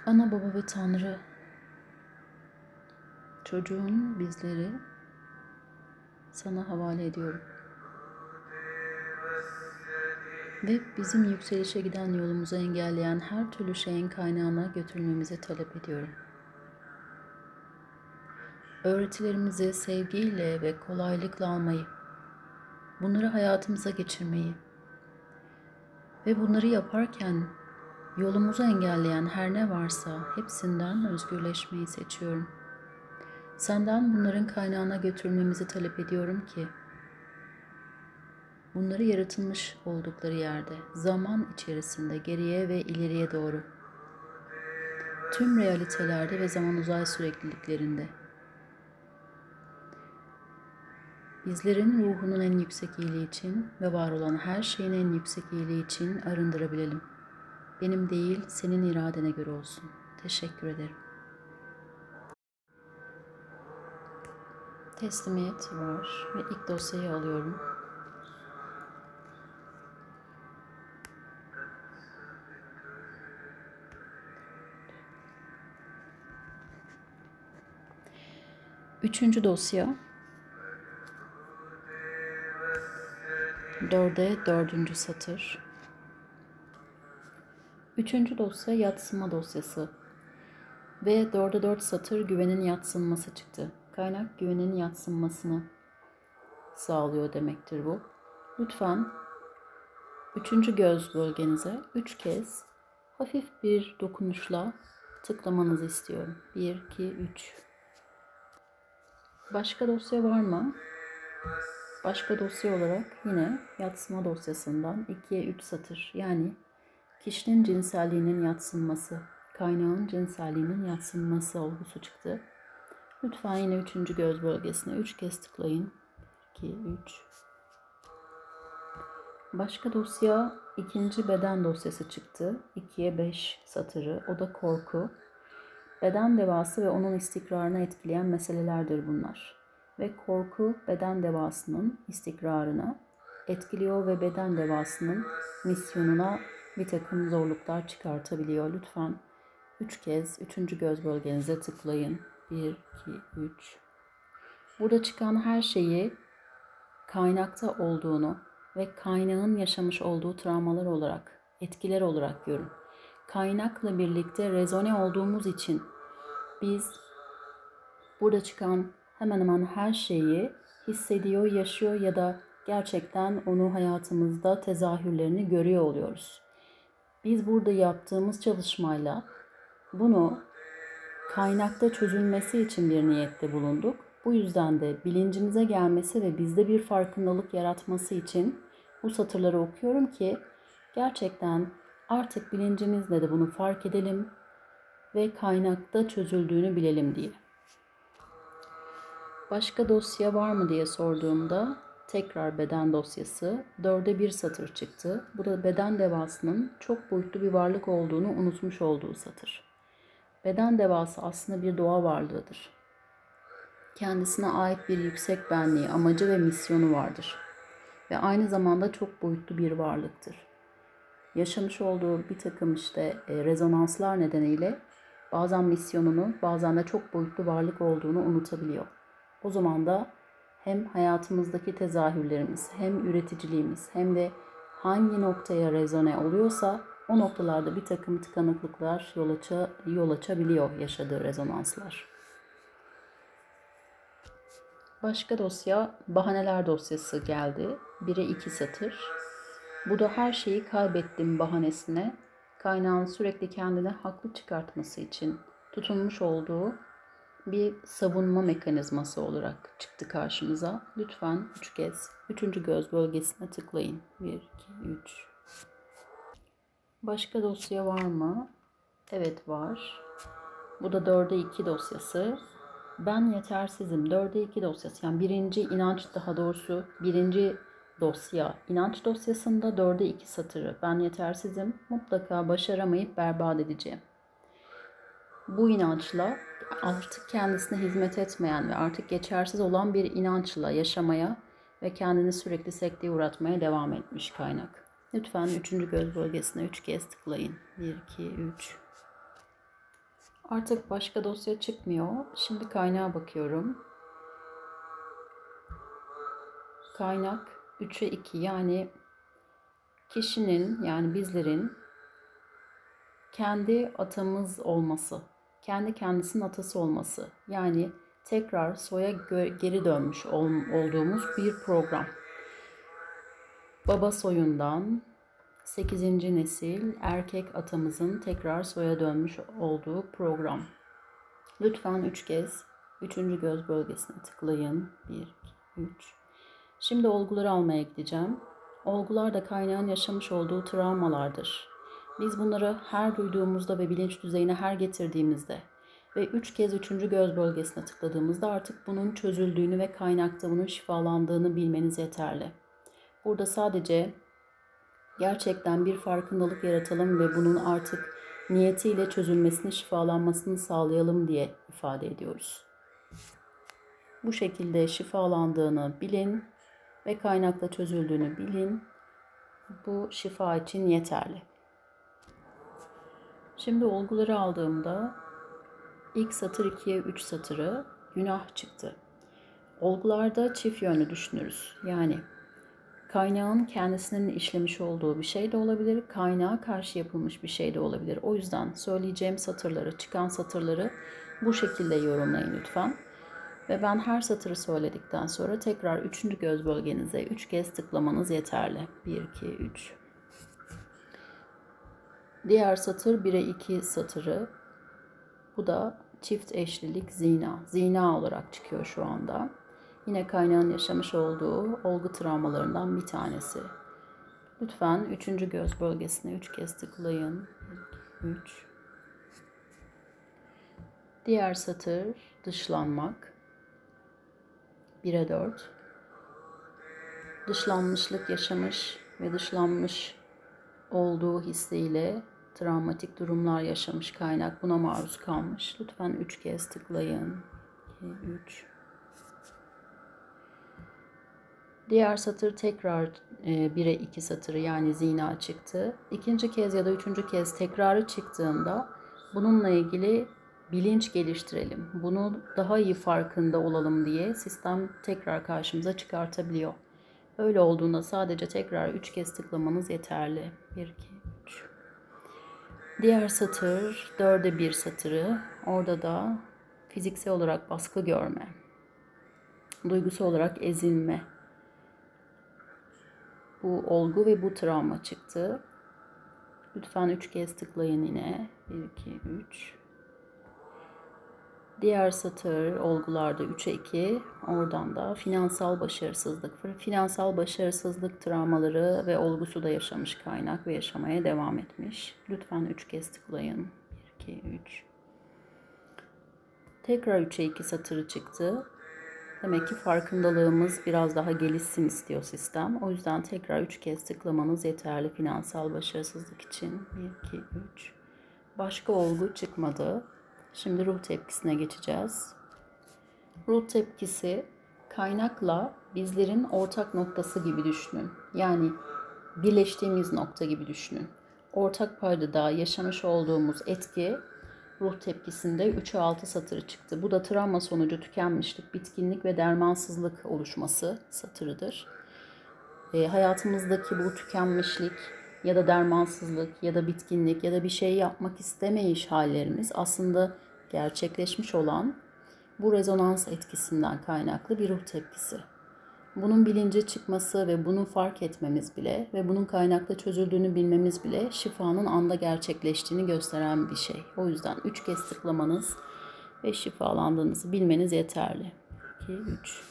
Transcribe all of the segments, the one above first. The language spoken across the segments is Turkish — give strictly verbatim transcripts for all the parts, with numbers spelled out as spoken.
Ana baba ve Tanrı, çocuğun bizleri sana havale ediyorum. Ve bizim yükselişe giden yolumuzu engelleyen her türlü şeyin kaynağına götürmemizi talep ediyorum. Öğretilerimizi sevgiyle ve kolaylıkla almayı, bunları hayatımıza geçirmeyi ve bunları yaparken yolumuzu engelleyen her ne varsa hepsinden özgürleşmeyi seçiyorum. Senden bunların kaynağına götürmemizi talep ediyorum ki bunları yaratılmış oldukları yerde, zaman içerisinde geriye ve ileriye doğru, tüm realitelerde ve zaman uzay sürekliliklerinde, bizlerin ruhunun en yüksek iyiliği için ve var olan her şeyin en yüksek iyiliği için arındırabilelim. Benim değil, senin iradene göre olsun. Teşekkür ederim. Teslimiyet var ve ilk dosyayı alıyorum. Üçüncü dosya. Dörde dördüncü satır. Üçüncü dosya yatsıma dosyası. Ve dörde dört satır güvenin yatsınması çıktı. Kaynak güvenin yatsınmasını sağlıyor demektir bu. Lütfen üçüncü göz bölgenize üç kez hafif bir dokunuşla tıklamanızı istiyorum. bir, iki, üç. Başka dosya var mı? Başka dosya olarak yine yatsıma dosyasından ikiye üç satır, yani kişinin cinselliğinin yatsınması, kaynağın cinselliğinin yatsınması olgusu çıktı. Lütfen yine üçüncü göz bölgesine üç kez tıklayın. iki, üç. Başka dosya ikinci beden dosyası çıktı. ikiye beş satırı. O da korku. Beden devası ve onun istikrarını etkileyen meselelerdir bunlar. Ve korku beden devasının istikrarına etkiliyor ve beden devasının misyonuna bir takım zorluklar çıkartabiliyor. Lütfen üç kez üçüncü göz bölgenize tıklayın. bir, iki, üç. Burada çıkan her şeyi kaynakta olduğunu ve kaynağın yaşamış olduğu travmalar olarak, etkiler olarak görün. Kaynakla birlikte rezone olduğumuz için biz burada çıkan hemen hemen her şeyi hissediyor, yaşıyor ya da gerçekten onu hayatımızda tezahürlerini görüyor oluyoruz. Biz burada yaptığımız çalışmayla bunu kaynakta çözülmesi için bir niyette bulunduk. Bu yüzden de bilincimize gelmesi ve bizde bir farkındalık yaratması için bu satırları okuyorum ki gerçekten artık bilincimizle de bunu fark edelim ve kaynakta çözüldüğünü bilelim diye. Başka dosya var mı diye sorduğumda tekrar beden dosyası dörde bir satır çıktı. Bu da beden devasının çok boyutlu bir varlık olduğunu unutmuş olduğu satır. Beden devası aslında bir doğa varlığıdır. Kendisine ait bir yüksek benliği, amacı ve misyonu vardır. Ve aynı zamanda çok boyutlu bir varlıktır. Yaşamış olduğu bir takım işte rezonanslar nedeniyle bazen misyonunu, bazen de çok boyutlu varlık olduğunu unutabiliyor. O zaman da hem hayatımızdaki tezahürlerimiz, hem üreticiliğimiz, hem de hangi noktaya rezone oluyorsa o noktalarda bir takım tıkanıklıklar yol, aça, yol açabiliyor yaşadığı rezonanslar. Başka dosya bahaneler dosyası geldi. bire iki satır. Bu da her şeyi kaybettim bahanesine, kaynağın sürekli kendine haklı çıkartması için tutunmuş olduğu bir savunma mekanizması olarak çıktı karşımıza. Lütfen üç kez üçüncü göz bölgesine tıklayın. bir, iki, üç. Başka dosya var mı? Evet var. Bu da dörde iki dosyası. Ben yetersizim. dörde iki dosyası. Yani birinci inanç, daha doğrusu birinci dosya. İnanç dosyasında dörde iki satırı. Ben yetersizim. Mutlaka başaramayıp berbat edeceğim. Bu inançla artık kendisine hizmet etmeyen ve artık geçersiz olan bir inançla yaşamaya ve kendini sürekli sekteye uğratmaya devam etmiş kaynak. Lütfen üçüncü göz bölgesine üç kez tıklayın. bir, iki, üç. Artık başka dosya çıkmıyor. Şimdi kaynağa bakıyorum. Kaynak üçe iki, yani kişinin, yani bizlerin kendi atamız olması, kendi kendisinin atası olması, yani tekrar soya geri dönmüş olduğumuz bir program. Baba soyundan sekizinci nesil erkek atamızın tekrar soya dönmüş olduğu program. Lütfen üç kez üçüncü göz bölgesine tıklayın. bir, iki, üç. Şimdi olguları almaya gideceğim. Olgular da kaynağın yaşamış olduğu travmalardır. Biz bunları her duyduğumuzda ve bilinç düzeyine her getirdiğimizde ve üç kez üçüncü göz bölgesine tıkladığımızda artık bunun çözüldüğünü ve kaynakta bunun şifalandığını bilmeniz yeterli. Burada sadece gerçekten bir farkındalık yaratalım ve bunun artık niyetiyle çözülmesini, şifalanmasını sağlayalım diye ifade ediyoruz. Bu şekilde şifalandığını bilin ve kaynakla çözüldüğünü bilin. Bu şifa için yeterli. Şimdi olguları aldığımda ilk satır ikiye üç satırı günah çıktı. Olgularda çift yönlü düşünürüz. Yani kaynağın kendisinin işlemiş olduğu bir şey de olabilir, kaynağa karşı yapılmış bir şey de olabilir. O yüzden söyleyeceğim satırları, çıkan satırları bu şekilde yorumlayın lütfen. Ve ben her satırı söyledikten sonra tekrar üçüncü göz bölgenize üç kez tıklamanız yeterli. bir, iki, üç. Diğer satır bire iki satırı. Bu da çift eşlilik zina. Zina olarak çıkıyor şu anda. Yine kaynağın yaşamış olduğu olgu travmalarından bir tanesi. Lütfen üçüncü göz bölgesine üç kez tıklayın. üç. Diğer satır dışlanmak. bire dört. Dışlanmışlık yaşamış ve dışlanmış olduğu hissiyle travmatik durumlar yaşamış kaynak buna maruz kalmış. Lütfen üç kez tıklayın. iki, üç. Diğer satır tekrar bire iki satırı, yani zina çıktı. İkinci kez ya da üçüncü kez tekrarı çıktığında bununla ilgili bilinç geliştirelim. Bunu daha iyi farkında olalım diye sistem tekrar karşımıza çıkartabiliyor. Öyle olduğunda sadece tekrar üç kez tıklamanız yeterli. bir, iki, üç. Diğer satır dörde bir satırı. Orada da fiziksel olarak baskı görme, duygusal olarak ezilme, bu olgu ve bu travma çıktı. Lütfen üç kez tıklayın yine. bir, iki, üç. Diğer satır olgularda üçe iki. Oradan da finansal başarısızlık. Finansal başarısızlık travmaları ve olgusu da yaşamış kaynak ve yaşamaya devam etmiş. Lütfen üç kez tıklayın. bir, iki, üç. Tekrar üçe iki satırı çıktı. Demek ki farkındalığımız biraz daha gelişsin istiyor sistem. O yüzden tekrar üç kez tıklamanız yeterli finansal başarısızlık için. bir, iki, üç. Başka olgu çıkmadı. Şimdi ruh tepkisine geçeceğiz. Ruh tepkisi kaynakla bizlerin ortak noktası gibi düşünün. Yani birleştiğimiz nokta gibi düşünün. Ortak paydada yaşamış olduğumuz etki ruh tepkisinde üçe altı satırı çıktı. Bu da travma sonucu tükenmişlik, bitkinlik ve dermansızlık oluşması satırıdır. E, hayatımızdaki bu tükenmişlik ya da dermansızlık ya da bitkinlik ya da bir şey yapmak istemeyiş hallerimiz aslında gerçekleşmiş olan bu rezonans etkisinden kaynaklı bir ruh tepkisi. Bunun bilince çıkması ve bunu fark etmemiz bile ve bunun kaynakta çözüldüğünü bilmemiz bile şifanın anda gerçekleştiğini gösteren bir şey. O yüzden üç kez tıklamanız ve şifalandığınızı bilmeniz yeterli. iki, üç.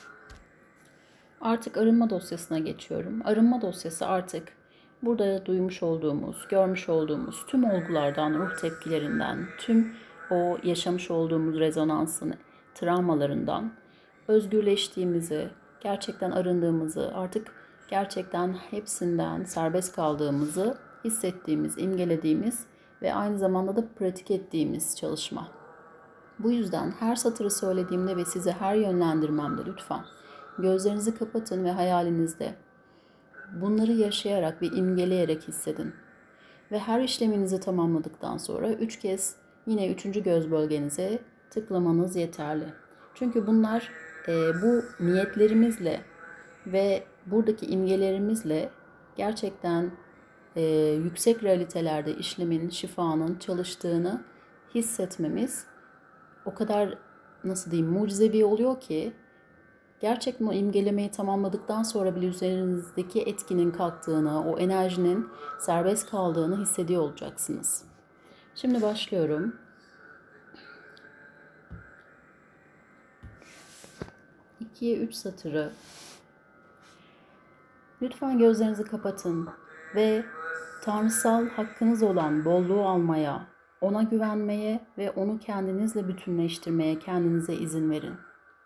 Artık arınma dosyasına geçiyorum. Arınma dosyası artık burada duymuş olduğumuz, görmüş olduğumuz tüm olgulardan, ruh tepkilerinden, tüm o yaşamış olduğumuz rezonansın travmalarından özgürleştiğimizi, gerçekten arındığımızı, artık gerçekten hepsinden serbest kaldığımızı hissettiğimiz, imgelediğimiz ve aynı zamanda da pratik ettiğimiz çalışma. Bu yüzden her satırı söylediğimde ve sizi her yönlendirmemde lütfen gözlerinizi kapatın ve hayalinizde bunları yaşayarak ve imgeleyerek hissedin. Ve her işleminizi tamamladıktan sonra üç kez Yine üçüncü göz bölgenize tıklamanız yeterli. Çünkü bunlar e, bu niyetlerimizle ve buradaki imgelerimizle gerçekten e, yüksek realitelerde işlemin, şifanın çalıştığını hissetmemiz o kadar, nasıl diyeyim, mucizevi oluyor ki gerçekten o imgelemeyi tamamladıktan sonra bile üzerinizdeki etkinin kalktığını, o enerjinin serbest kaldığını hissediyor olacaksınız. Şimdi başlıyorum. ikiye üç satırı. Lütfen gözlerinizi kapatın ve tanrısal hakkınız olan bolluğu almaya, ona güvenmeye ve onu kendinizle bütünleştirmeye kendinize izin verin.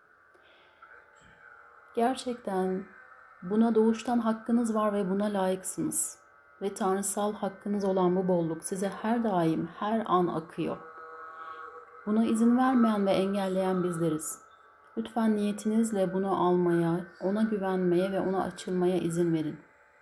Gerçekten buna doğuştan hakkınız var ve buna layıksınız. Ve tanrısal hakkınız olan bu bolluk size her daim, her an akıyor. Buna izin vermeyen ve engelleyen bizleriz. Lütfen niyetinizle bunu almaya, ona güvenmeye ve ona açılmaya izin verin.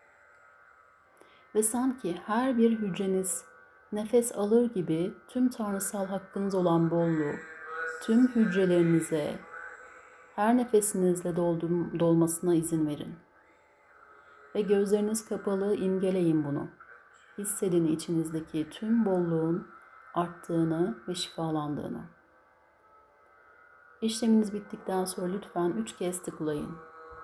Ve sanki her bir hücreniz nefes alır gibi tüm tanrısal hakkınız olan bolluğu, tüm hücrelerinize, her nefesinizle doldum, dolmasına izin verin. Ve gözleriniz kapalı imgeleyin bunu. Hissedin içinizdeki tüm bolluğun arttığını ve şifalandığını. İşleminiz bittikten sonra lütfen üç kez tıklayın.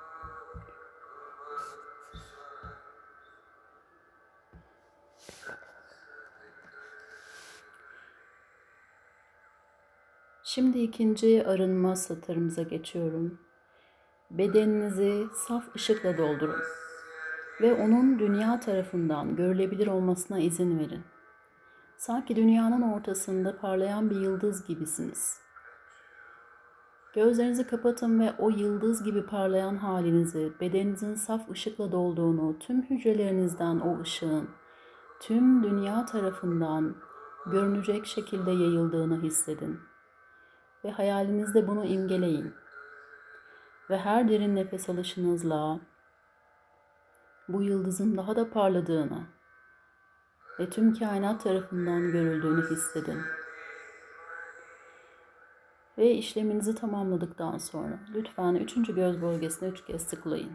Şimdi ikinci arınma satırımıza geçiyorum. Bedeninizi saf ışıkla doldurun ve onun dünya tarafından görülebilir olmasına izin verin. Sanki dünyanın ortasında parlayan bir yıldız gibisiniz. Gözlerinizi kapatın ve o yıldız gibi parlayan halinizi, bedeninizin saf ışıkla dolduğunu, tüm hücrelerinizden o ışığın tüm dünya tarafından görünecek şekilde yayıldığını hissedin. Ve hayalinizde bunu imgeleyin. Ve her derin nefes alışınızla bu yıldızın daha da parladığını ve tüm kainat tarafından görüldüğünü hissedin. Ve işleminizi tamamladıktan sonra lütfen üçüncü göz bölgesine üç kez tıklayın.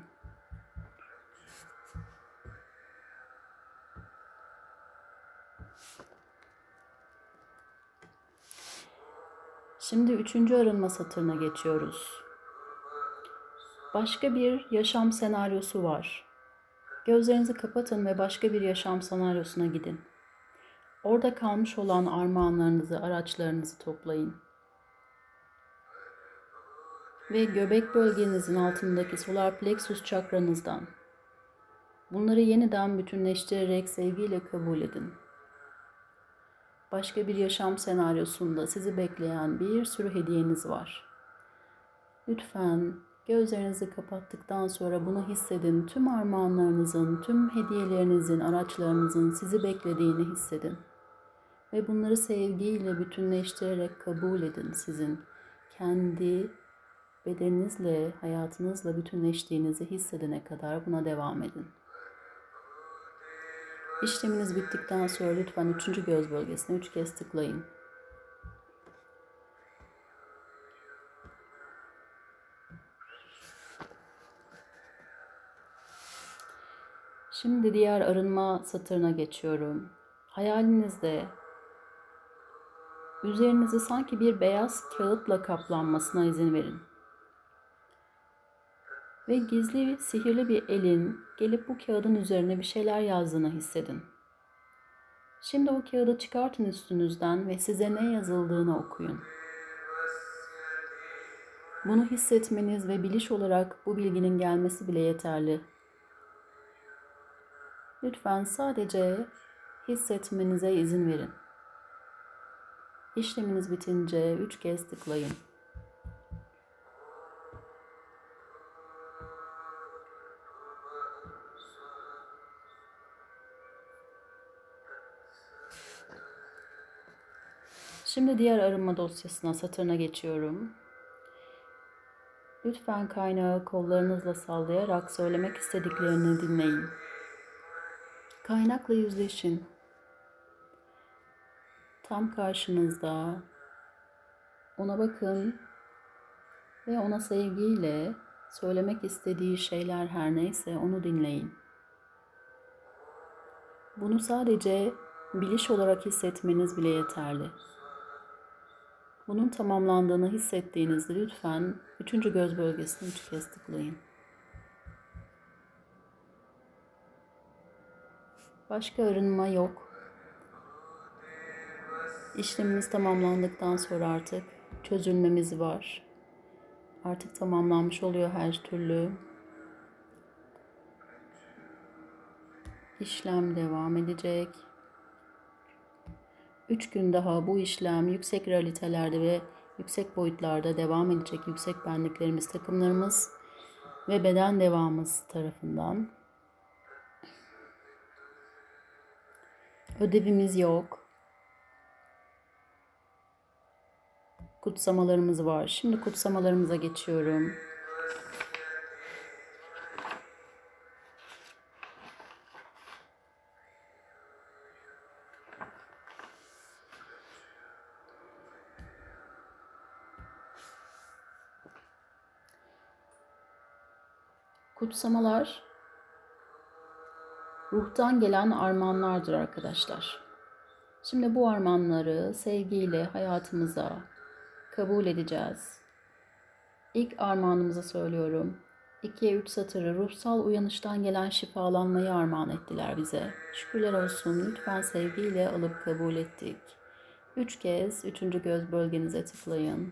Şimdi üçüncü arınma satırına geçiyoruz. Başka bir yaşam senaryosu var. Gözlerinizi kapatın ve başka bir yaşam senaryosuna gidin. Orada kalmış olan armağanlarınızı, araçlarınızı toplayın. Ve göbek bölgenizin altındaki solar plexus çakranızdan bunları yeniden bütünleştirerek sevgiyle kabul edin. Başka bir yaşam senaryosunda sizi bekleyen bir sürü hediyeniz var. Lütfen gözlerinizi kapattıktan sonra bunu hissedin. Tüm armağanlarınızın, tüm hediyelerinizin, araçlarınızın sizi beklediğini hissedin. Ve bunları sevgiyle bütünleştirerek kabul edin sizin. Kendi bedeninizle, hayatınızla bütünleştiğinizi hissedene kadar buna devam edin. İşleminiz bittikten sonra lütfen üçüncü göz bölgesine üç kez tıklayın. Şimdi diğer arınma satırına geçiyorum. Hayalinizde üzerinizi sanki bir beyaz kağıtla kaplanmasına izin verin. Ve gizli, sihirli bir elin gelip bu kağıdın üzerine bir şeyler yazdığını hissedin. Şimdi o kağıdı çıkartın üstünüzden ve size ne yazıldığını okuyun. Bunu hissetmeniz ve biliş olarak bu bilginin gelmesi bile yeterli. Lütfen sadece hissetmenize izin verin. İşleminiz bitince üç kez tıklayın. Şimdi diğer arınma dosyasına, satırına geçiyorum. Lütfen kaynağı kollarınızla sallayarak söylemek istediklerini dinleyin. Kaynakla yüzleşin. tam karşınızda. Ona bakın ve ona sevgiyle söylemek istediği şeyler her neyse onu dinleyin. Bunu sadece biliş olarak hissetmeniz bile yeterli. Bunun tamamlandığını hissettiğinizde lütfen üçüncü göz bölgesini üç kez tıklayın. Başka arınma yok. İşlemimiz tamamlandıktan sonra artık çözülmemiz var. Artık tamamlanmış oluyor her türlü. İşlem devam edecek. Üç gün daha bu işlem yüksek realitelerde ve yüksek boyutlarda devam edecek. Yüksek benliklerimiz, takımlarımız ve beden devamımız tarafından. Ödevimiz yok. Kutsamalarımız var. Şimdi kutsamalarımıza geçiyorum. Kutsamalar ruhtan gelen armağanlardır arkadaşlar. Şimdi bu armağanları sevgiyle hayatımıza kabul edeceğiz. İlk armağanımızı söylüyorum. ikiye üç satırı ruhsal uyanıştan gelen şifalanmayı armağan ettiler bize. Şükürler olsun, lütfen sevgiyle alıp kabul ettik. Üç kez üçüncü göz bölgenize tıklayın.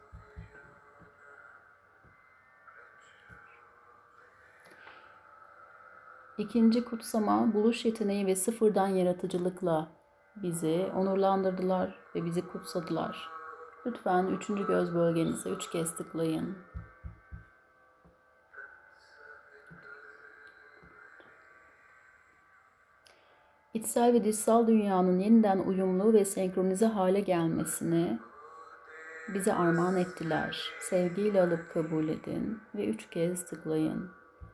İkinci kutsama, buluş yeteneği ve sıfırdan yaratıcılıkla bizi onurlandırdılar ve bizi kutsadılar. Lütfen üçüncü göz bölgenize üç kez tıklayın. İçsel ve dışsal dünyanın yeniden uyumlu ve senkronize hale gelmesini bize armağan ettiler. Sevgiyle alıp kabul edin ve üç kez tıklayın.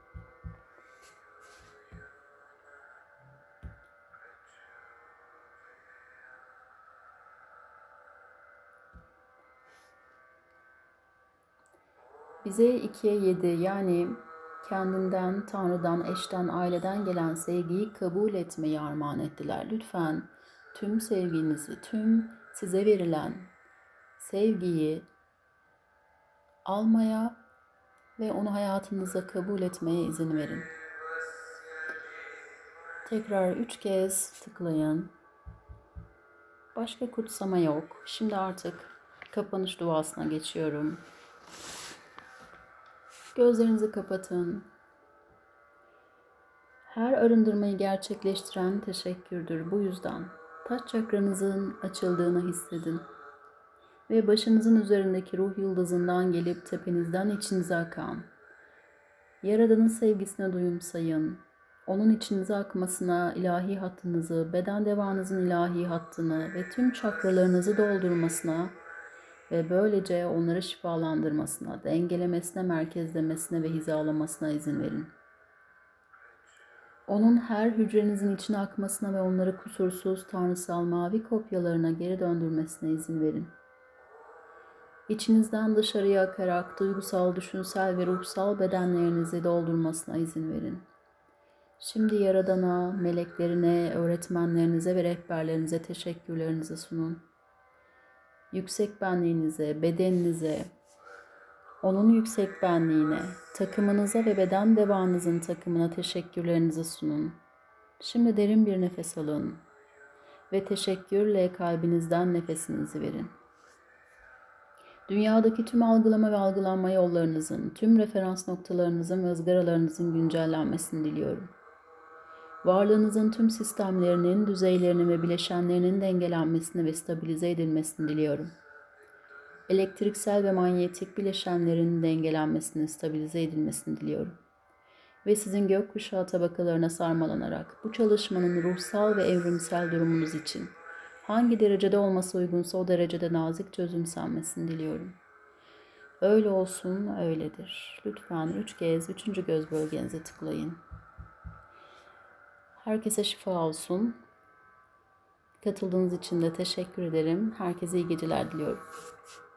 Bize ikiye yedi yani kendinden, Tanrı'dan, eşten, aileden gelen sevgiyi kabul etmeyi armağan ettiler. Lütfen tüm sevginizi, tüm size verilen sevgiyi almaya ve onu hayatınıza kabul etmeye izin verin. Tekrar üç kez tıklayın. Başka kutsama yok. Şimdi artık kapanış duasına geçiyorum. Gözlerinizi kapatın. Her arındırmayı gerçekleştiren teşekkürdür. Bu yüzden taç çakranızın açıldığını hissedin. Ve başınızın üzerindeki ruh yıldızından gelip tepenizden içinize akan Yaradan'ın sevgisine duyumsayın. Onun içinize akmasına ilahi hattınızı, beden devanızın ilahi hattını ve tüm çakralarınızı doldurmasına ve böylece onları şifalandırmasına, dengelemesine, merkezlemesine ve hizalamasına izin verin. Onun her hücrenizin içine akmasına ve onları kusursuz, tanrısal mavi kopyalarına geri döndürmesine izin verin. İçinizden dışarıya akarak duygusal, düşünsel ve ruhsal bedenlerinizi doldurmasına izin verin. Şimdi Yaradan'a, meleklerine, öğretmenlerinize ve rehberlerinize teşekkürlerinizi sunun. Yüksek benliğinize, bedeninize, onun yüksek benliğine, takımınıza ve beden devanızın takımına teşekkürlerinizi sunun. Şimdi derin bir nefes alın ve teşekkürle kalbinizden nefesinizi verin. Dünyadaki tüm algılama ve algılanma yollarınızın, tüm referans noktalarınızın ve ızgaralarınızın güncellenmesini diliyorum. Varlığınızın tüm sistemlerinin, düzeylerinin ve bileşenlerinin dengelenmesini ve stabilize edilmesini diliyorum. Elektriksel ve manyetik bileşenlerin dengelenmesini, stabilize edilmesini diliyorum. Ve sizin gökkuşağı tabakalarına sarmalanarak bu çalışmanın ruhsal ve evrimsel durumunuz için hangi derecede olması uygunsa o derecede nazik çözümsenmesini diliyorum. Öyle olsun, öyledir. Lütfen üç kez üçüncü göz bölgenize tıklayın. Herkese şifa olsun. Katıldığınız için de teşekkür ederim. Herkese iyi geceler diliyorum.